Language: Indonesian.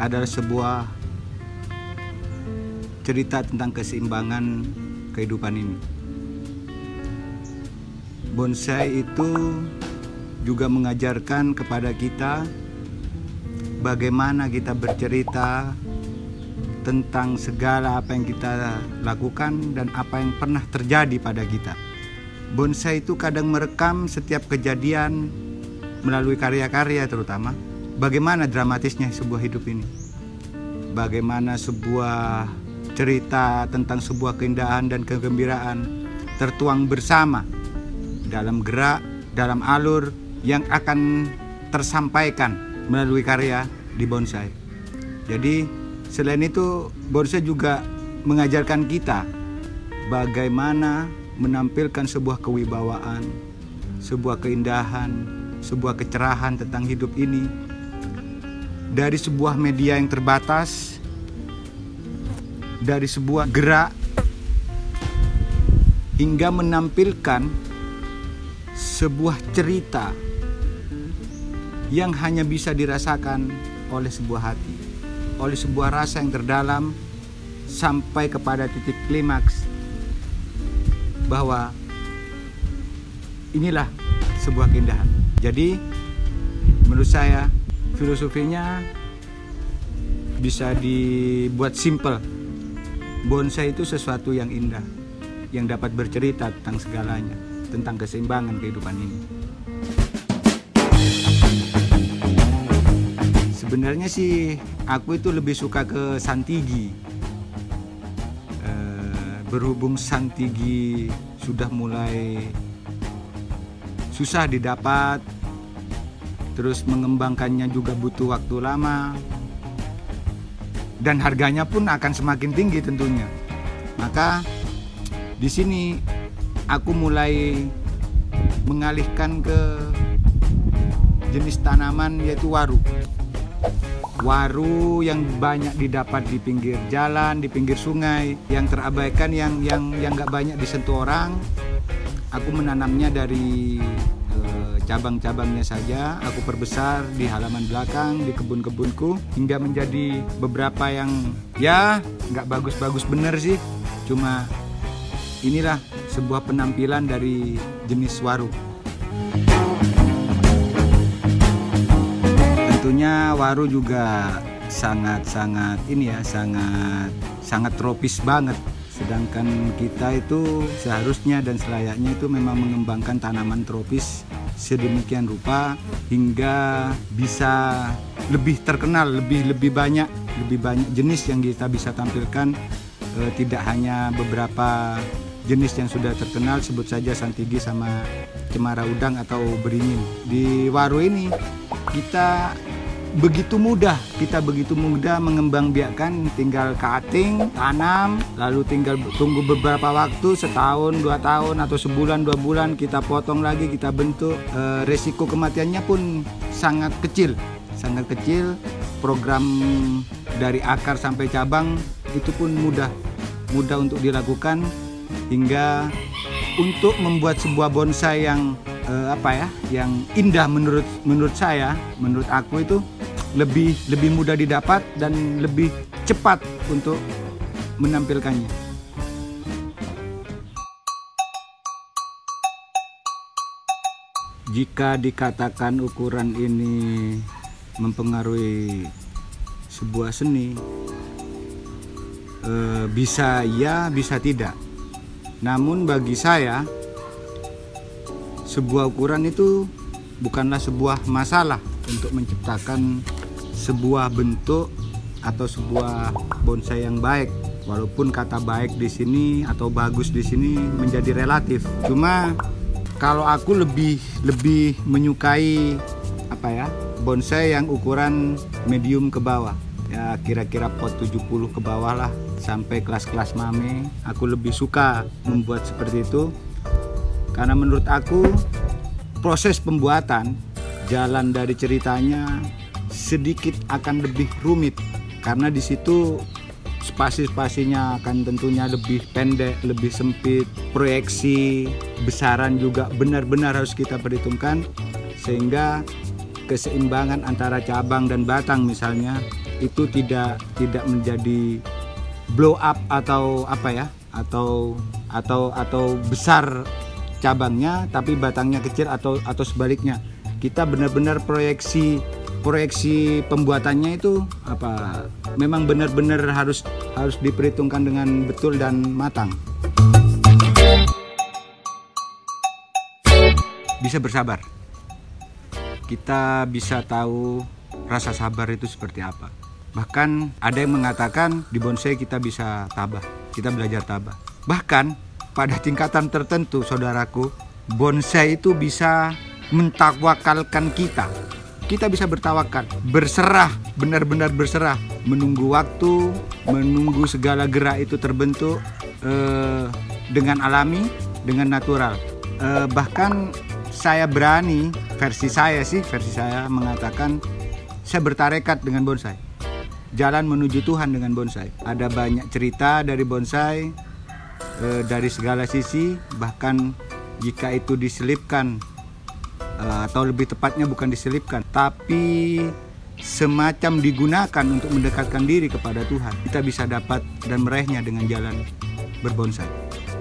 adalah sebuah cerita tentang keseimbangan kehidupan ini. Bonsai itu juga mengajarkan kepada kita bagaimana kita bercerita tentang segala apa yang kita lakukan dan apa yang pernah terjadi pada kita. Bonsai itu kadang merekam setiap kejadian melalui karya-karya, terutama bagaimana dramatisnya sebuah hidup ini, bagaimana sebuah cerita tentang sebuah keindahan dan kegembiraan tertuang bersama dalam gerak, dalam alur yang akan tersampaikan melalui karya di bonsai. Jadi selain itu, bonsai juga mengajarkan kita bagaimana menampilkan sebuah kewibawaan, sebuah keindahan, sebuah kecerahan tentang hidup ini dari sebuah media yang terbatas, dari sebuah gerak, hingga menampilkan sebuah cerita yang hanya bisa dirasakan oleh sebuah hati, oleh sebuah rasa yang terdalam, sampai kepada titik klimaks bahwa inilah sebuah keindahan. Jadi menurut saya filosofinya bisa dibuat simple. Bonsai itu sesuatu yang indah, yang dapat bercerita tentang segalanya, tentang keseimbangan kehidupan ini. Sebenarnya sih aku itu lebih suka ke Santigi. Berhubung Santigi sudah mulai susah didapat, terus mengembangkannya juga butuh waktu lama, dan harganya pun akan semakin tinggi tentunya. Maka di sini aku mulai mengalihkan ke jenis tanaman, yaitu waru. Waru yang banyak didapat di pinggir jalan, di pinggir sungai, yang terabaikan, yang nggak banyak disentuh orang. Aku menanamnya dari cabang-cabangnya saja. Aku perbesar di halaman belakang, di kebun-kebunku, hingga menjadi beberapa yang ya nggak bagus-bagus bener sih. Cuma inilah sebuah penampilan dari jenis waru. Tentunya waru juga sangat tropis banget. Sedangkan kita itu seharusnya dan selayaknya itu memang mengembangkan tanaman tropis sedemikian rupa hingga bisa lebih terkenal, lebih banyak jenis yang kita bisa tampilkan, tidak hanya beberapa jenis yang sudah terkenal, sebut saja Santigi sama cemara udang atau beringin. Di waru ini kita begitu mudah mengembangbiakkan, tinggal cutting, tanam, lalu tinggal tunggu beberapa waktu, setahun, 2 tahun, atau sebulan, 2 bulan, kita potong lagi, kita bentuk. Resiko kematiannya pun sangat kecil. Program dari akar sampai cabang itu pun mudah untuk dilakukan, hingga untuk membuat sebuah bonsai yang yang indah menurut saya, menurut aku itu lebih mudah didapat dan lebih cepat untuk menampilkannya. Jika dikatakan ukuran ini mempengaruhi sebuah seni, bisa ya, bisa tidak. Namun bagi saya, sebuah ukuran itu bukanlah sebuah masalah untuk menciptakan sebuah bentuk atau sebuah bonsai yang baik. Walaupun kata baik di sini atau bagus di sini menjadi relatif. Cuma kalau aku lebih menyukai bonsai yang ukuran medium ke bawah. Ya kira-kira pot 70 ke bawah lah, sampai kelas-kelas mame. Aku lebih suka membuat seperti itu. Karena menurut aku proses pembuatan, jalan dari ceritanya sedikit akan lebih rumit, karena di situ spasi-spasinya akan tentunya lebih pendek, lebih sempit. Proyeksi besaran juga benar-benar harus kita perhitungkan, sehingga keseimbangan antara cabang dan batang misalnya itu tidak menjadi blow up atau apa ya, atau besar cabangnya tapi batangnya kecil, atau sebaliknya. Kita benar-benar proyeksi pembuatannya itu apa, memang benar-benar harus diperhitungkan dengan betul dan matang. Bisa bersabar. Kita bisa tahu rasa sabar itu seperti apa. Bahkan ada yang mengatakan di bonsai kita bisa tabah, kita belajar tabah. Bahkan pada tingkatan tertentu, saudaraku, bonsai itu bisa mentawakalkan kita. Kita bisa bertawakal, berserah, benar-benar berserah, menunggu waktu, menunggu segala gerak itu terbentuk dengan alami, dengan natural. Bahkan saya berani, versi saya mengatakan saya bertarekat dengan bonsai. Jalan menuju Tuhan dengan bonsai. Ada banyak cerita dari bonsai, dari segala sisi, bahkan jika itu diselipkan, atau lebih tepatnya bukan diselipkan, tapi semacam digunakan untuk mendekatkan diri kepada Tuhan, kita bisa dapat dan meraihnya dengan jalan berbonsai.